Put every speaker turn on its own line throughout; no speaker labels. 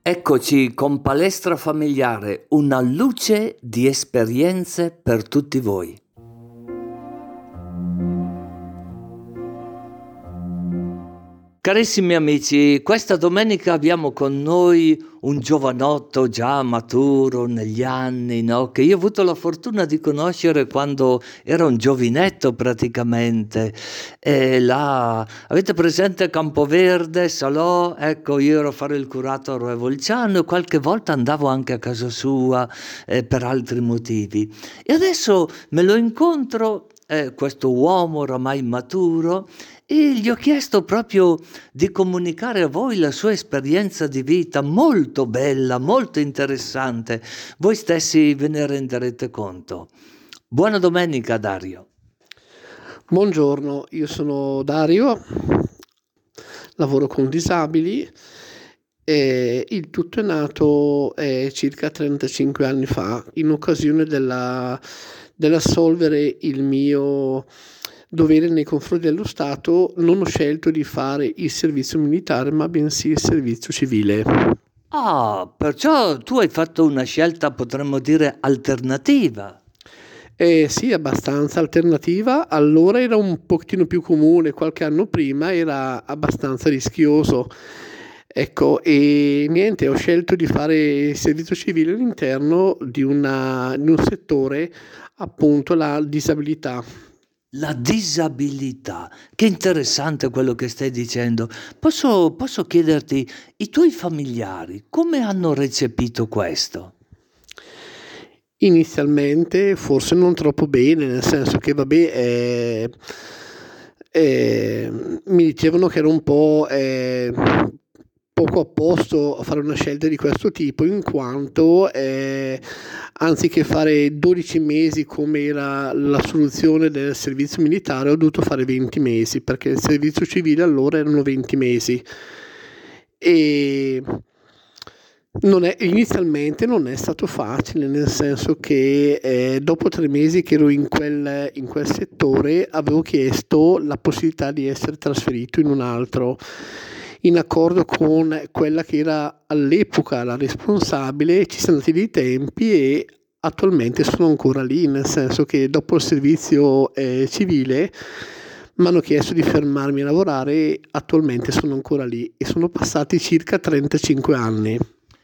Eccoci con Palestra Familiare, una luce di esperienze per tutti voi. Carissimi amici, questa domenica abbiamo con noi un giovanotto già maturo negli anni, no? Che io ho avuto la fortuna di conoscere quando era un giovinetto praticamente. E là, avete presente Campoverde, Salò? Ecco, io ero a fare il curato a Roe Volciano e qualche volta andavo anche a casa sua per altri motivi. E adesso me lo incontro, questo uomo oramai maturo, e gli ho chiesto proprio di comunicare a voi la sua esperienza di vita molto bella, molto interessante. Voi stessi ve ne renderete conto. Buona domenica, Dario.
Buongiorno, io sono Dario, lavoro con disabili e il tutto è nato circa 35 anni fa, in occasione dell'assolvere il mio dovere nei confronti dello Stato. Non ho scelto di fare il servizio militare, ma bensì il servizio civile.
Ah, perciò tu hai fatto una scelta, potremmo dire, alternativa.
Sì, abbastanza alternativa. Allora era un pochettino più comune, qualche anno prima era abbastanza rischioso. Ecco, e niente, ho scelto di fare il servizio civile all'interno di un settore, appunto, la disabilità.
La disabilità. Che interessante quello che stai dicendo. Posso chiederti, i tuoi familiari come hanno recepito questo?
Inizialmente forse non troppo bene, nel senso che vabbè, mi dicevano che ero un po' poco a posto a fare una scelta di questo tipo, in quanto anziché fare 12 mesi come era la soluzione del servizio militare, ho dovuto fare 20 mesi, perché il servizio civile allora erano 20 mesi. E inizialmente non è stato facile, nel senso che dopo 3 mesi che ero in quel settore avevo chiesto la possibilità di essere trasferito in un altro, in accordo con quella che era all'epoca la responsabile. Ci sono stati dei tempi e attualmente sono ancora lì, nel senso che dopo il servizio civile mi hanno chiesto di fermarmi a lavorare e attualmente sono ancora lì e sono passati circa 35 anni.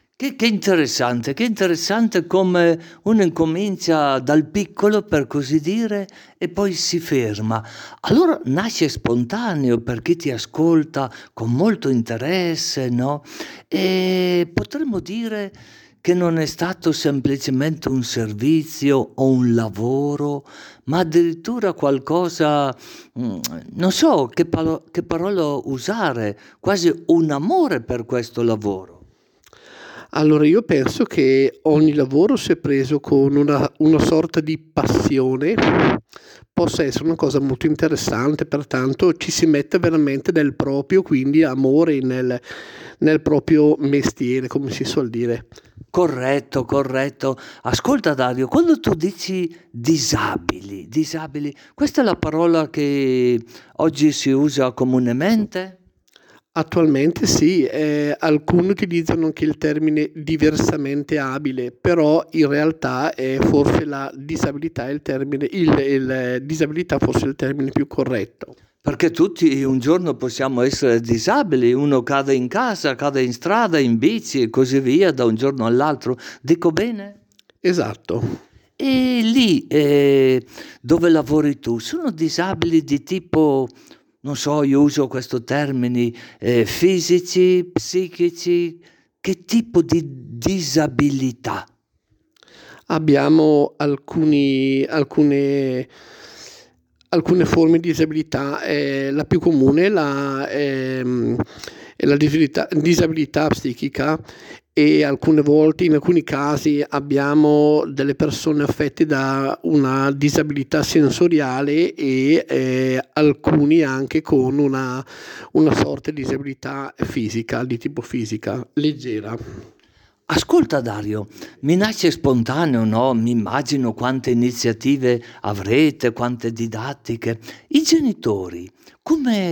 Che interessante come uno incomincia dal piccolo, per così dire, e poi si ferma. Allora nasce spontaneo per chi ti ascolta con molto interesse, no? E potremmo dire che non è stato semplicemente un servizio o un lavoro, ma addirittura qualcosa, non so che parola usare, quasi un amore per questo lavoro.
Allora io penso che ogni lavoro, se preso con una sorta di passione, possa essere una cosa molto interessante, pertanto ci si mette veramente del proprio, quindi amore nel proprio mestiere, come si suol dire.
Corretto, corretto. Ascolta Dario, quando tu dici disabili, questa è la parola che oggi si usa comunemente?
Attualmente sì, alcuni utilizzano anche il termine diversamente abile, però in realtà forse la disabilità è disabilità forse è il termine più corretto.
Perché tutti un giorno possiamo essere disabili, uno cade in casa, cade in strada, in bici e così via da un giorno all'altro. Dico bene?
Esatto.
E lì dove lavori tu, sono disabili di tipo, non so, io uso questo termine, fisici, psichici, che tipo di disabilità?
Abbiamo alcune forme di disabilità, la più comune è la disabilità psichica, e alcune volte, in alcuni casi, abbiamo delle persone affette da una disabilità sensoriale e alcuni anche con una sorta di disabilità fisica, di tipo fisica, leggera.
Ascolta Dario, mi nasce spontaneo, no? Mi immagino quante iniziative avrete, quante didattiche. I genitori,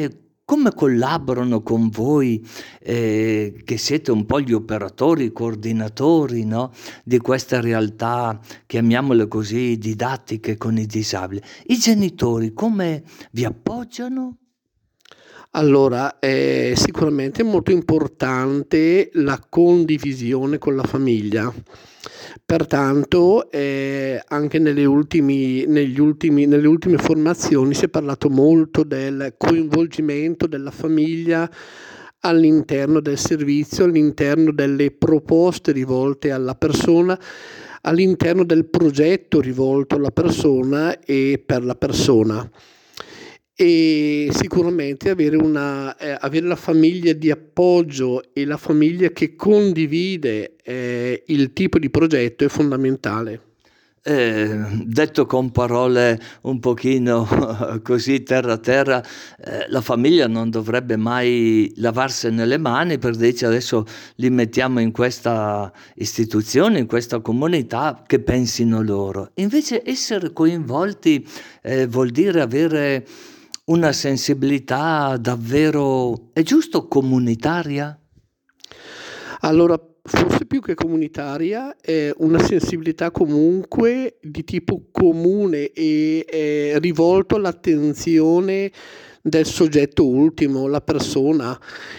come collaborano con voi, che siete un po' gli operatori, i coordinatori, no? Di queste realtà, chiamiamole così, didattiche con i disabili. I genitori come vi appoggiano?
Allora, è sicuramente molto importante la condivisione con la famiglia. Pertanto, anche nelle ultime formazioni si è parlato molto del coinvolgimento della famiglia all'interno del servizio, all'interno delle proposte rivolte alla persona, all'interno del progetto rivolto alla persona e per la persona. E sicuramente avere la famiglia di appoggio e la famiglia che condivide il tipo di progetto è fondamentale.
Detto con parole un pochino così terra a terra, la famiglia non dovrebbe mai lavarsene le mani per dirci adesso li mettiamo in questa istituzione, in questa comunità, che pensino loro. Invece essere coinvolti vuol dire avere una sensibilità davvero, è giusto, comunitaria?
Allora, forse più che comunitaria, è una sensibilità comunque di tipo comune e rivolto all'attenzione del soggetto ultimo, la persona,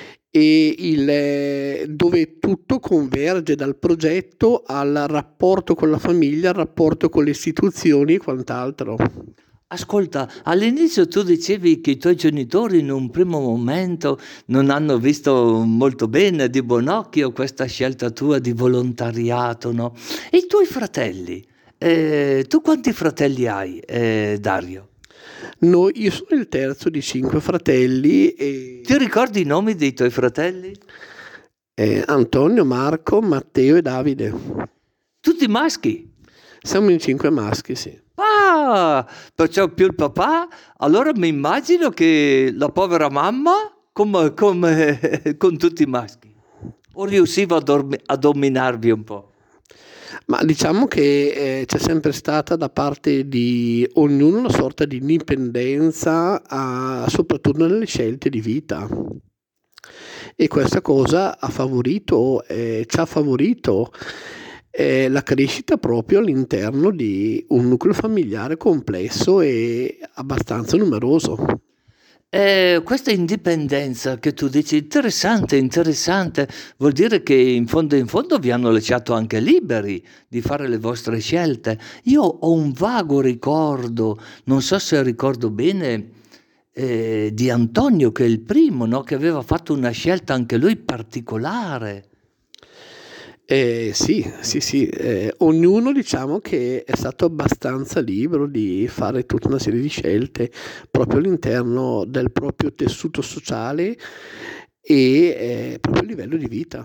dove tutto converge dal progetto al rapporto con la famiglia, al rapporto con le istituzioni e quant'altro.
Ascolta, all'inizio tu dicevi che i tuoi genitori in un primo momento non hanno visto molto bene, di buon occhio, questa scelta tua di volontariato, no? E i tuoi fratelli? Tu quanti fratelli hai, Dario?
Io sono il terzo di 5 fratelli e
Ti ricordi i nomi dei tuoi fratelli?
Antonio, Marco, Matteo e Davide.
Tutti maschi?
Siamo in 5 maschi, sì.
Ah, perciò più il papà? Allora mi immagino che la povera mamma, come con tutti i maschi, o riusciva a dominarvi un po'?
Ma diciamo che c'è sempre stata da parte di ognuno una sorta di indipendenza, soprattutto nelle scelte di vita. E questa cosa ci ha favorito la crescita proprio all'interno di un nucleo familiare complesso e abbastanza numeroso.
Questa indipendenza che tu dici, interessante, interessante, vuol dire che in fondo vi hanno lasciato anche liberi di fare le vostre scelte. Io ho un vago ricordo, non so se ricordo bene, di Antonio, che è il primo, no? Che aveva fatto una scelta anche lui particolare.
Sì, sì, sì, ognuno diciamo che è stato abbastanza libero di fare tutta una serie di scelte proprio all'interno del proprio tessuto sociale e proprio a livello di vita.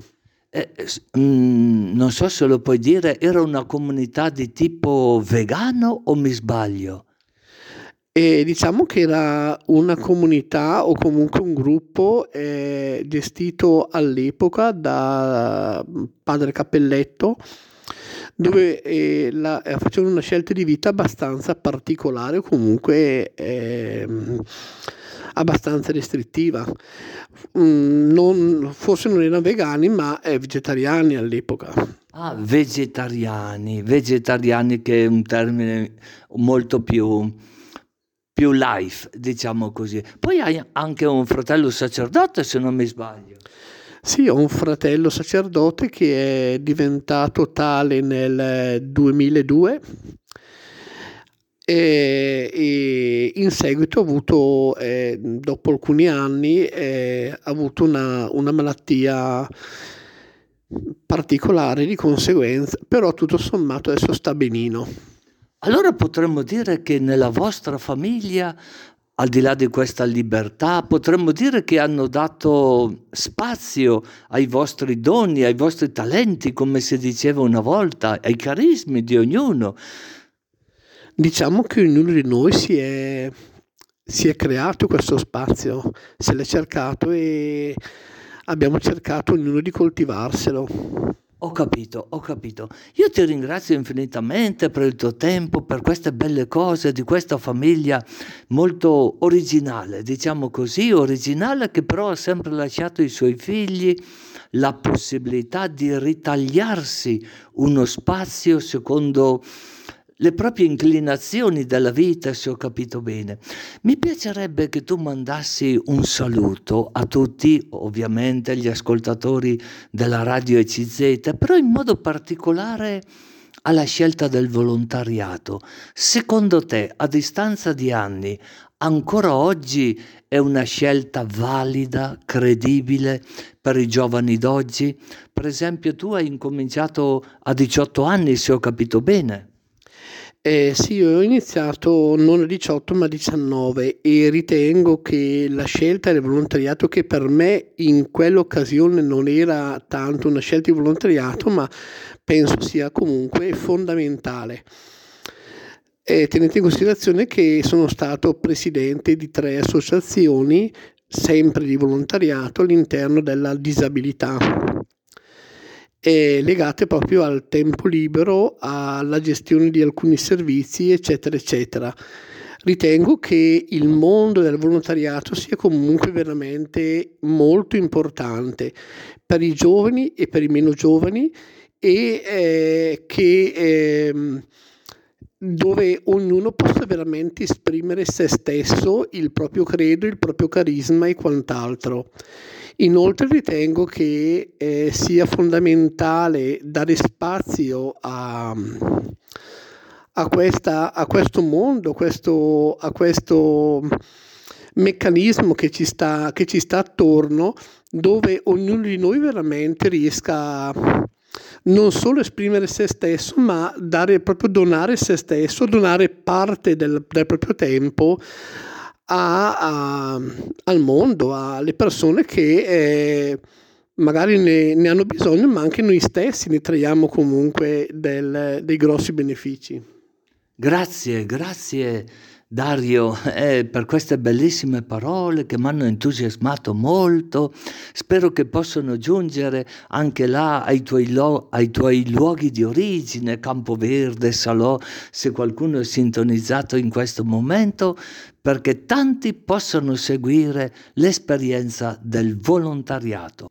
Non so se lo puoi dire, era una comunità di tipo vegano o mi sbaglio?
E diciamo che era una comunità o comunque un gruppo gestito all'epoca da padre Cappelletto, dove facevano una scelta di vita abbastanza particolare o comunque abbastanza restrittiva. Forse non erano vegani, ma vegetariani all'epoca.
Ah, vegetariani, vegetariani che è un termine molto più life, diciamo così. Poi hai anche un fratello sacerdote, se non mi sbaglio.
Sì, ho un fratello sacerdote che è diventato tale nel 2002 e in seguito ha avuto, dopo alcuni anni, ha avuto una malattia particolare di conseguenza, però tutto sommato adesso sta benino.
Allora potremmo dire che nella vostra famiglia, al di là di questa libertà, potremmo dire che hanno dato spazio ai vostri doni, ai vostri talenti, come si diceva una volta, ai carismi di ognuno.
Diciamo che ognuno di noi si è creato questo spazio, se l'è cercato e abbiamo cercato ognuno di coltivarselo.
Ho capito, ho capito. Io ti ringrazio infinitamente per il tuo tempo, per queste belle cose di questa famiglia molto originale, diciamo così, originale che però ha sempre lasciato ai suoi figli la possibilità di ritagliarsi uno spazio secondo le proprie inclinazioni della vita, se ho capito bene. Mi piacerebbe che tu mandassi un saluto a tutti, ovviamente gli ascoltatori della radio ECZ, però in modo particolare alla scelta del volontariato. Secondo te, a distanza di anni, ancora oggi è una scelta valida, credibile per i giovani d'oggi? Per esempio, tu hai incominciato a 18 anni, se ho capito bene.
Sì, io ho iniziato non a 18 ma a 19 e ritengo che la scelta del volontariato, che per me in quell'occasione non era tanto una scelta di volontariato, ma penso sia comunque fondamentale. Tenete in considerazione che sono stato presidente di 3 associazioni, sempre di volontariato, all'interno della disabilità, legate proprio al tempo libero, alla gestione di alcuni servizi, eccetera, eccetera. Ritengo che il mondo del volontariato sia comunque veramente molto importante per i giovani e per i meno giovani, e dove ognuno possa veramente esprimere se stesso, il proprio credo, il proprio carisma e quant'altro. Inoltre ritengo che sia fondamentale dare spazio a questo mondo, a questo meccanismo che ci sta attorno, dove ognuno di noi veramente riesca non solo esprimere se stesso, ma donare se stesso, donare parte del proprio tempo al mondo, alle persone che magari ne hanno bisogno, ma anche noi stessi ne traiamo comunque dei grossi benefici.
Grazie, grazie Dario, per queste bellissime parole che mi hanno entusiasmato molto. Spero che possano giungere anche là ai tuoi luoghi di origine, Campoverde, Salò, se qualcuno è sintonizzato in questo momento, perché tanti possano seguire l'esperienza del volontariato.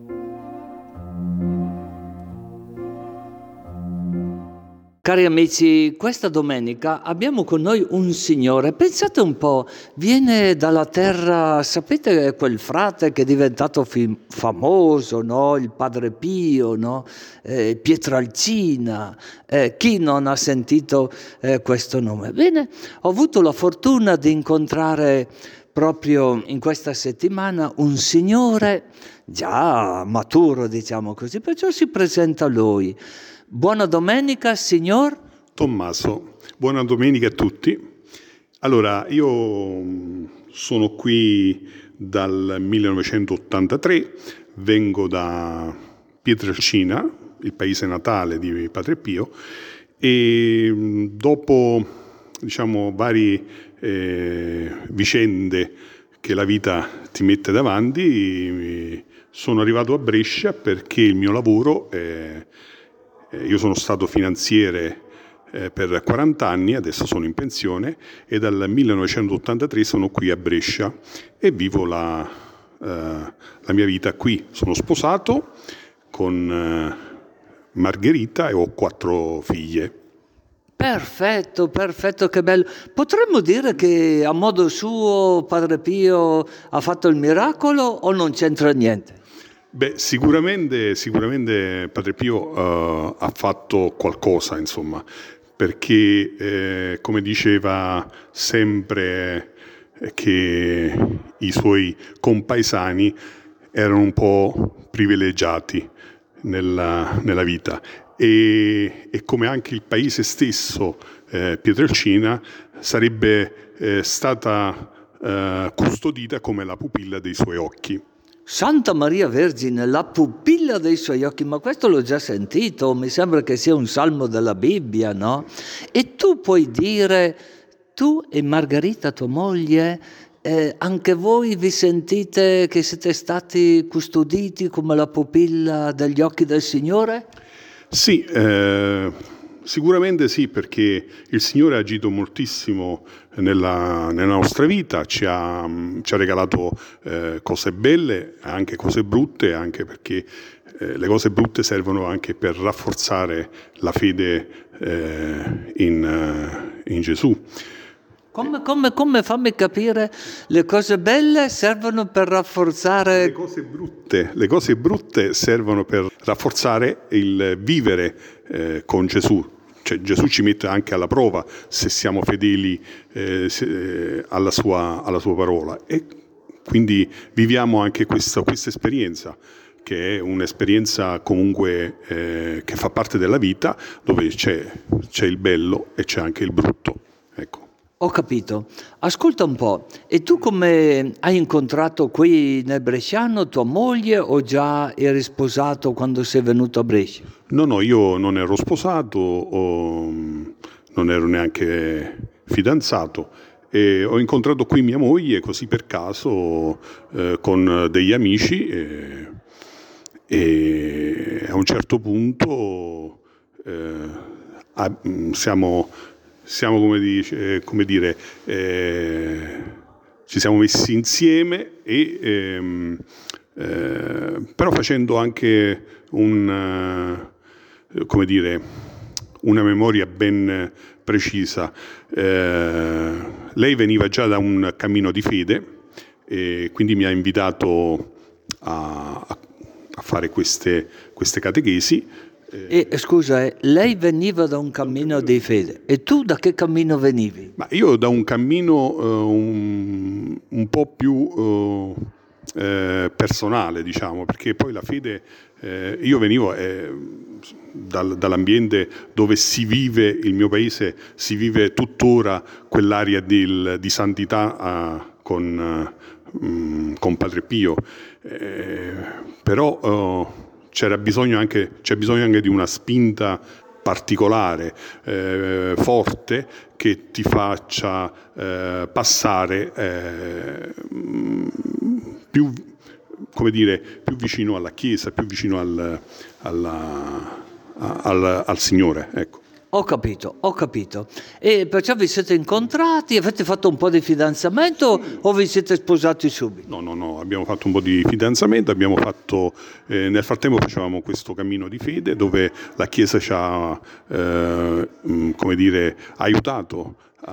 Cari amici, questa domenica abbiamo con noi un signore, pensate un po', viene dalla terra, sapete quel frate che è diventato famoso, no? Il Padre Pio, no? Pietralcina, chi non ha sentito questo nome? Bene, ho avuto la fortuna di incontrare proprio in questa settimana un signore già maturo, diciamo così, perciò si presenta lui. Buona domenica, signor
Tommaso. Buona domenica a tutti. Allora, io sono qui dal 1983, vengo da Pietrelcina, il paese natale di Padre Pio, e dopo, diciamo, varie vicende che la vita ti mette davanti, sono arrivato a Brescia perché il mio lavoro io sono stato finanziere per 40 anni, adesso sono in pensione e dal 1983 sono qui a Brescia e vivo la mia vita qui. Sono sposato con Margherita e ho 4 figlie.
Perfetto, perfetto, che bello. Potremmo dire che a modo suo Padre Pio ha fatto il miracolo o non c'entra niente?
Beh, sicuramente Padre Pio ha fatto qualcosa, insomma, perché come diceva sempre che i suoi compaesani erano un po' privilegiati nella vita e come anche il paese stesso, Pietrelcina, sarebbe stata custodita come la pupilla dei suoi occhi.
Santa Maria Vergine, la pupilla dei suoi occhi, ma questo l'ho già sentito, mi sembra che sia un salmo della Bibbia, no? E tu puoi dire, tu e Margherita, tua moglie, anche voi vi sentite che siete stati custoditi come la pupilla degli occhi del Signore?
Sì, sicuramente sì, perché il Signore ha agito moltissimo nella nostra vita, ci ha regalato cose belle, anche cose brutte, anche perché le cose brutte servono anche per rafforzare la fede in Gesù.
Come fammi capire, le cose belle servono per rafforzare...
Le cose brutte servono per rafforzare il vivere con Gesù. Cioè, Gesù ci mette anche alla prova se siamo fedeli alla sua parola. E quindi viviamo anche questa esperienza, che è un'esperienza comunque che fa parte della vita, dove c'è il bello e c'è anche il brutto. Ecco.
Ho capito. Ascolta un po', e tu come hai incontrato qui nel Bresciano tua moglie o già eri sposato quando sei venuto a Brescia?
No, io non ero sposato, non ero neanche fidanzato e ho incontrato qui mia moglie così per caso con degli amici e a un certo punto siamo come dire, ci siamo messi insieme però facendo anche come dire, una memoria ben precisa. Lei veniva già da un cammino di fede e quindi mi ha invitato a fare queste catechesi.
E scusa, lei veniva da un cammino di fede e tu da che cammino venivi?
Ma io da un cammino un po' più personale, diciamo, perché poi la fede, io venivo dall'ambiente dove si vive, il mio paese, si vive tuttora quell'area di santità con Padre Pio, però c'è bisogno anche di una spinta particolare, forte, che ti faccia passare più vicino alla Chiesa, più vicino al Signore, ecco.
Ho capito. E perciò vi siete incontrati, avete fatto un po' di fidanzamento o vi siete sposati subito?
No, abbiamo fatto un po' di fidanzamento, nel frattempo facevamo questo cammino di fede dove la Chiesa ci ha, come dire, aiutato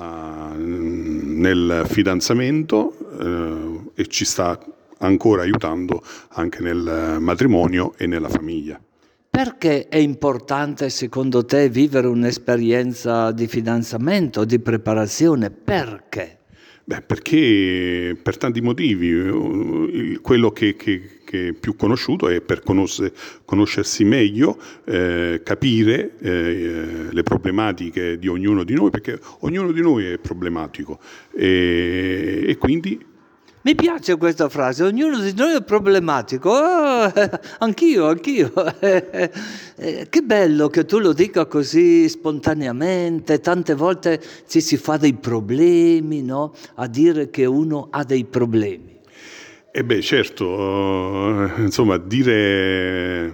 nel fidanzamento e ci sta ancora aiutando anche nel matrimonio e nella famiglia.
Perché è importante secondo te vivere un'esperienza di fidanzamento, di preparazione? Perché?
Perché per tanti motivi. Quello che è più conosciuto è per conoscersi meglio, capire le problematiche di ognuno di noi, perché ognuno di noi è problematico e quindi...
Mi piace questa frase, ognuno di noi è problematico. Oh, anch'io. Che bello che tu lo dica così spontaneamente. Tante volte ci si fa dei problemi, no? A dire che uno ha dei problemi.
Certo, insomma, dire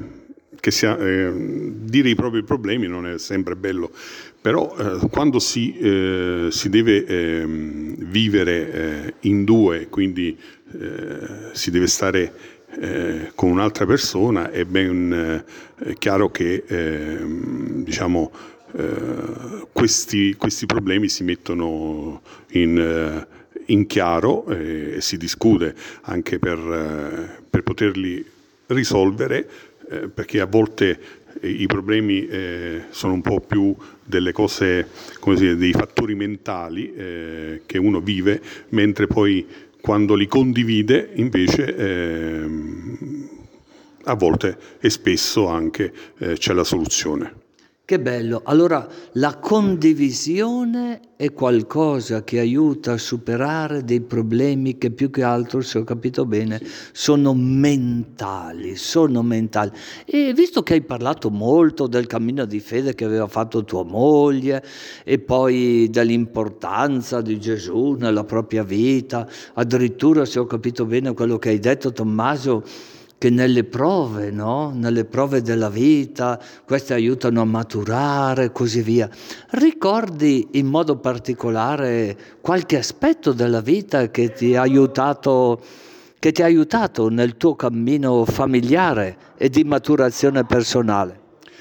i propri problemi non è sempre bello, però quando si deve vivere in due, quindi si deve stare con un'altra persona, è ben chiaro che diciamo, questi problemi si mettono in chiaro e si discute anche per poterli risolvere, perché a volte i problemi sono un po' più delle cose, come si dice, dei fattori mentali che uno vive, mentre poi quando li condivide invece a volte e spesso anche c'è la soluzione.
Che bello. Allora, la condivisione è qualcosa che aiuta a superare dei problemi che più che altro, se ho capito bene, sono mentali, sono mentali. E visto che hai parlato molto del cammino di fede che aveva fatto tua moglie e poi dell'importanza di Gesù nella propria vita, addirittura, se ho capito bene quello che hai detto, Tommaso, che nelle prove, no? Nelle prove della vita, queste aiutano a maturare e così via. Ricordi in modo particolare qualche aspetto della vita che ti ha aiutato nel tuo cammino familiare e di maturazione personale?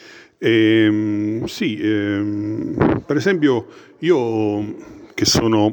Sì, per esempio io che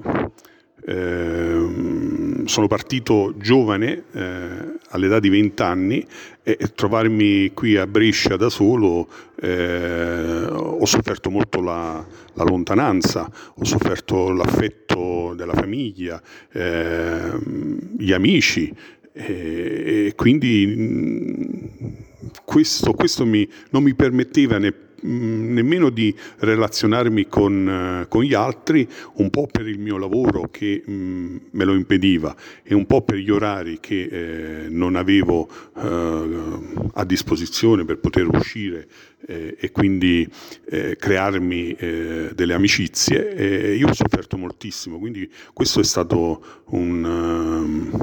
sono partito giovane, all'età di 20 anni, e trovarmi qui a Brescia da solo, ho sofferto molto la lontananza, ho sofferto l'affetto della famiglia, gli amici, e quindi questo non mi permetteva nemmeno di relazionarmi con gli altri, un po' per il mio lavoro che me lo impediva e un po' per gli orari che non avevo a disposizione per poter uscire e quindi crearmi delle amicizie. Io ho sofferto moltissimo, quindi questo è stato un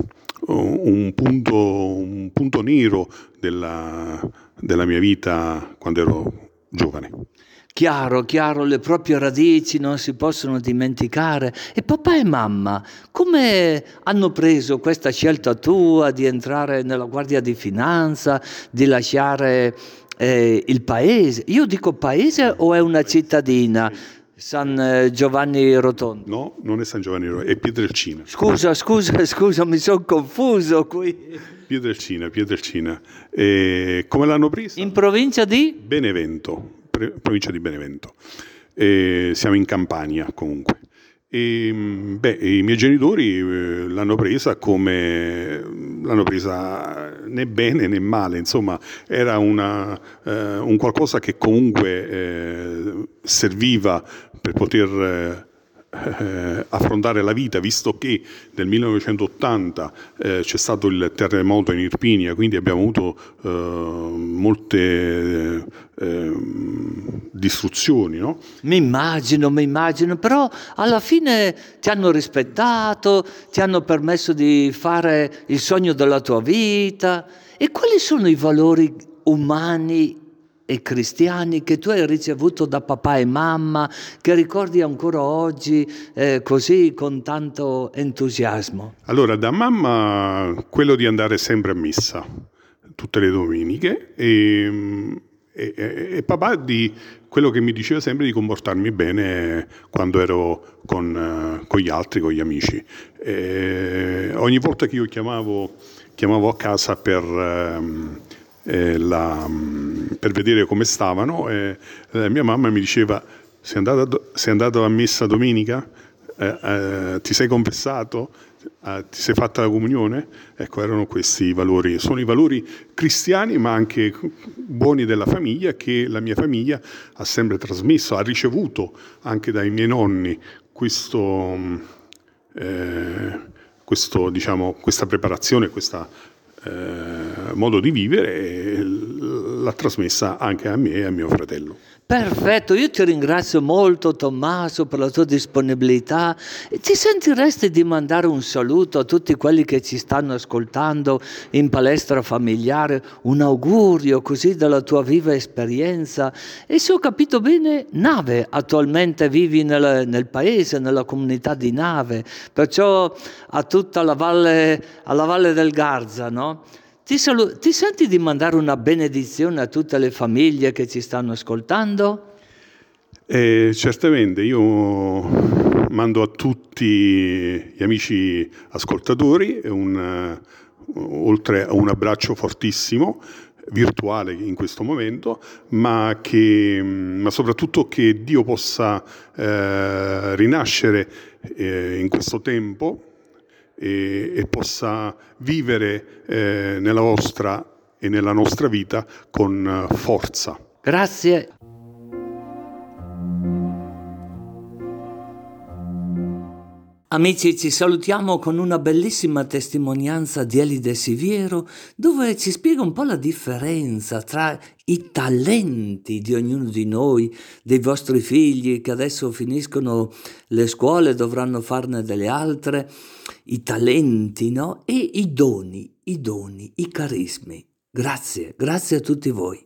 punto nero della mia vita quando ero giovane.
Chiaro, le proprie radici non si possono dimenticare. E papà e mamma, come hanno preso questa scelta tua di entrare nella Guardia di Finanza, di lasciare il paese? Io dico paese o è una cittadina? San Giovanni Rotondo.
No, non è San Giovanni Rotondo, è Pietrelcina.
Scusa, mi sono confuso qui.
Pietrelcina. Come l'hanno presa?
In provincia di?
Benevento, provincia di Benevento. Siamo in Campania comunque. I miei genitori l'hanno presa né bene né male, insomma era un qualcosa che comunque serviva per poter affrontare la vita, visto che nel 1980 c'è stato il terremoto in Irpinia, quindi abbiamo avuto molte distruzioni, no?
Mi immagino, però alla fine ti hanno rispettato, ti hanno permesso di fare il sogno della tua vita. E quali sono i valori umani e cristiani che tu hai ricevuto da papà e mamma, che ricordi ancora oggi così con tanto entusiasmo?
Allora, da mamma quello di andare sempre a messa tutte le domeniche e papà di quello che mi diceva sempre di comportarmi bene quando ero con gli altri, con gli amici. Ogni volta che io chiamavo a casa per vedere come stavano, mia mamma mi diceva: sei andato a messa domenica? Ti sei confessato? Ti sei fatta la comunione? Ecco, erano questi i valori, sono i valori cristiani ma anche buoni della famiglia, che la mia famiglia ha sempre trasmesso, ha ricevuto anche dai miei nonni questo diciamo, questa preparazione, questo modo di vivere, l'ha trasmessa anche a me e a mio fratello.
Perfetto, io ti ringrazio molto Tommaso per la tua disponibilità. Ti sentiresti di mandare un saluto a tutti quelli che ci stanno ascoltando in palestra familiare, un augurio così della tua viva esperienza? E se ho capito bene, Nave, attualmente vivi nel paese, nella comunità di Nave, perciò a tutta alla valle del Garza, no? Ti senti di mandare una benedizione a tutte le famiglie che ci stanno ascoltando?
Certamente, io mando a tutti gli amici ascoltatori oltre a un abbraccio fortissimo, virtuale in questo momento, ma soprattutto che Dio possa rinascere in questo tempo e possa vivere nella vostra e nella nostra vita con forza.
Grazie. Amici, ci salutiamo con una bellissima testimonianza di Elide Siviero, dove ci spiega un po' la differenza tra i talenti di ognuno di noi, dei vostri figli che adesso finiscono le scuole, dovranno farne delle altre, i talenti, no? E i doni, i carismi. Grazie a tutti voi.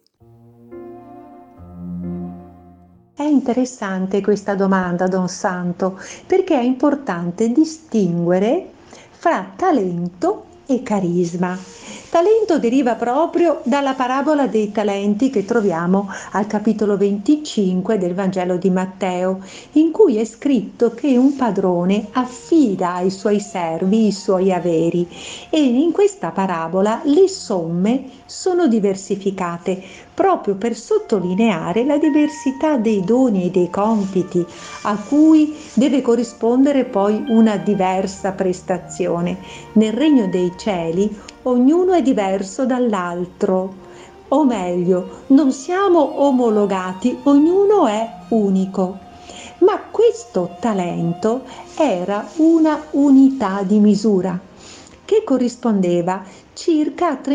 È interessante questa domanda, Don Santo, perché è importante distinguere fra talento e carisma. Talento deriva proprio dalla parabola dei talenti che troviamo al capitolo 25 del Vangelo di Matteo, in cui è scritto che un padrone affida ai suoi servi i suoi averi, e in questa parabola le somme sono diversificate proprio per sottolineare la diversità dei doni e dei compiti a cui deve corrispondere poi una diversa prestazione. Nel regno dei cieli ognuno è diverso dall'altro, o meglio, non siamo omologati, ognuno è unico. Ma questo talento era una unità di misura che corrispondeva circa a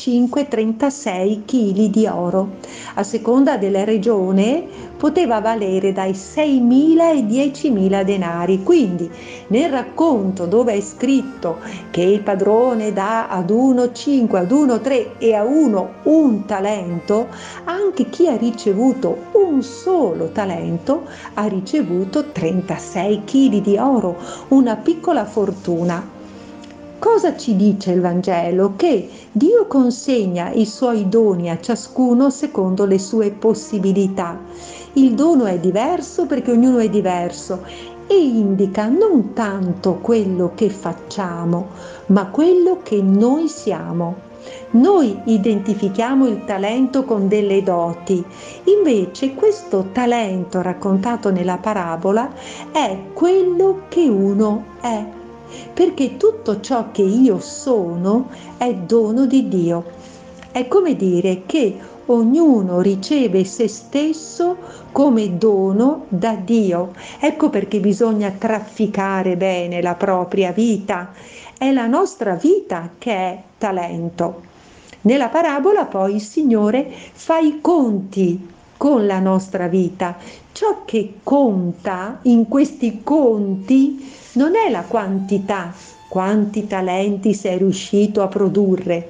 35-36 kg di oro. A seconda della regione poteva valere dai 6.000 ai 10.000 denari. Quindi nel racconto dove è scritto che il padrone dà ad uno 5, ad uno 3 e a uno un talento, anche chi ha ricevuto un solo talento ha ricevuto 36 kg di oro, una piccola fortuna. Cosa ci dice il Vangelo? Che Dio consegna i suoi doni a ciascuno secondo le sue possibilità. Il dono è diverso perché ognuno è diverso e indica non tanto quello che facciamo, ma quello che noi siamo. Noi identifichiamo il talento con delle doti, invece questo talento raccontato nella parabola è quello che uno è. Perché tutto ciò che io sono è dono di Dio. È come dire che ognuno riceve se stesso come dono da Dio. Ecco perché bisogna trafficare bene la propria vita. È la nostra vita che è talento. Nella parabola poi il Signore fa i conti con la nostra vita. Ciò che conta in questi conti non è la quantità, quanti talenti sei riuscito a produrre,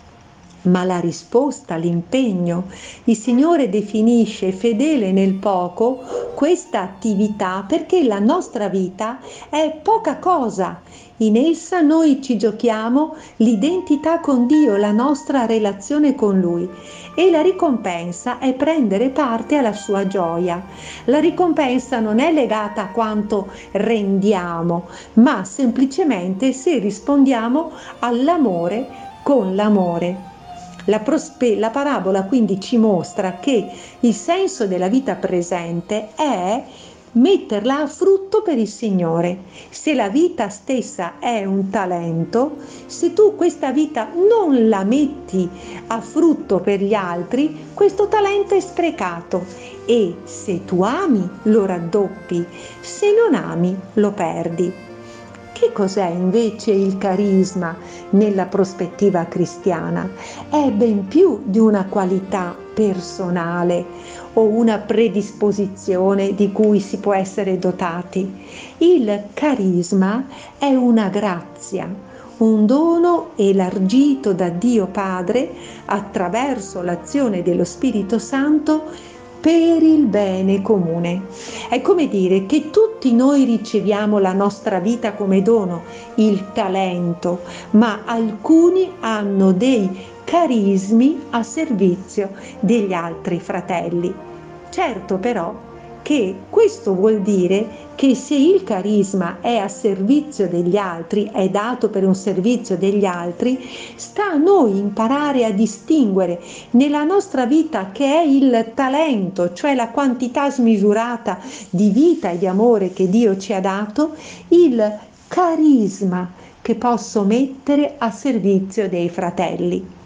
ma la risposta, l'impegno. Il Signore definisce fedele nel poco questa attività perché la nostra vita è poca cosa. In essa noi ci giochiamo l'identità con Dio, la nostra relazione con Lui, e la ricompensa è prendere parte alla sua gioia. La ricompensa non è legata a quanto rendiamo, ma semplicemente se rispondiamo all'amore con l'amore. La parabola quindi ci mostra che il senso della vita presente è metterla a frutto per il Signore. Se la vita stessa è un talento, se tu questa vita non la metti a frutto per gli altri, questo talento è sprecato, e se tu ami lo raddoppi, se non ami lo perdi. Che cos'è invece il carisma nella prospettiva cristiana? È ben più di una qualità personale o una predisposizione di cui si può essere dotati. Il carisma è una grazia, un dono elargito da Dio Padre attraverso l'azione dello Spirito Santo per il bene comune. È come dire che tutti noi riceviamo la nostra vita come dono, il talento, ma alcuni hanno dei carismi a servizio degli altri fratelli. Certo però che questo vuol dire che se il carisma è a servizio degli altri, è dato per un servizio degli altri, sta a noi imparare a distinguere nella nostra vita, che è il talento, cioè la quantità smisurata di vita e di amore che Dio ci ha dato, il carisma che posso mettere a servizio dei fratelli.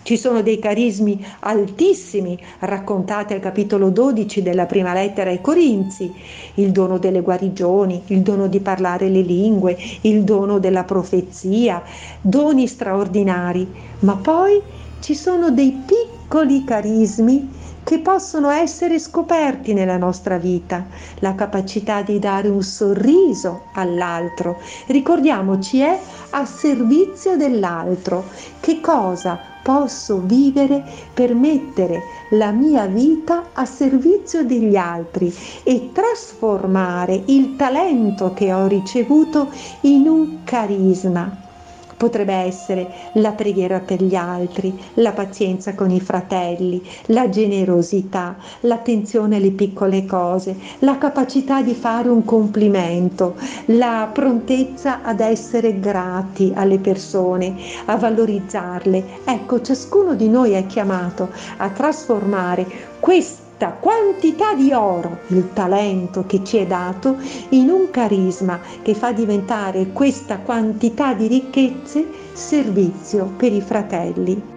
Ci sono dei carismi altissimi raccontati al capitolo 12 della prima lettera ai Corinzi: il dono delle guarigioni, il dono di parlare le lingue, il dono della profezia, doni straordinari. Ma poi ci sono dei piccoli carismi che possono essere scoperti nella nostra vita, la capacità di dare un sorriso all'altro. Ricordiamoci, è a servizio dell'altro. Che cosa posso vivere per mettere la mia vita a servizio degli altri e trasformare il talento che ho ricevuto in un carisma? Potrebbe essere la preghiera per gli altri, la pazienza con i fratelli, la generosità, l'attenzione alle piccole cose, la capacità di fare un complimento, la prontezza ad essere grati alle persone, a valorizzarle. Ecco, ciascuno di noi è chiamato a trasformare questa quantità di oro, il talento che ci è dato, in un carisma che fa diventare questa quantità di ricchezze servizio per i fratelli.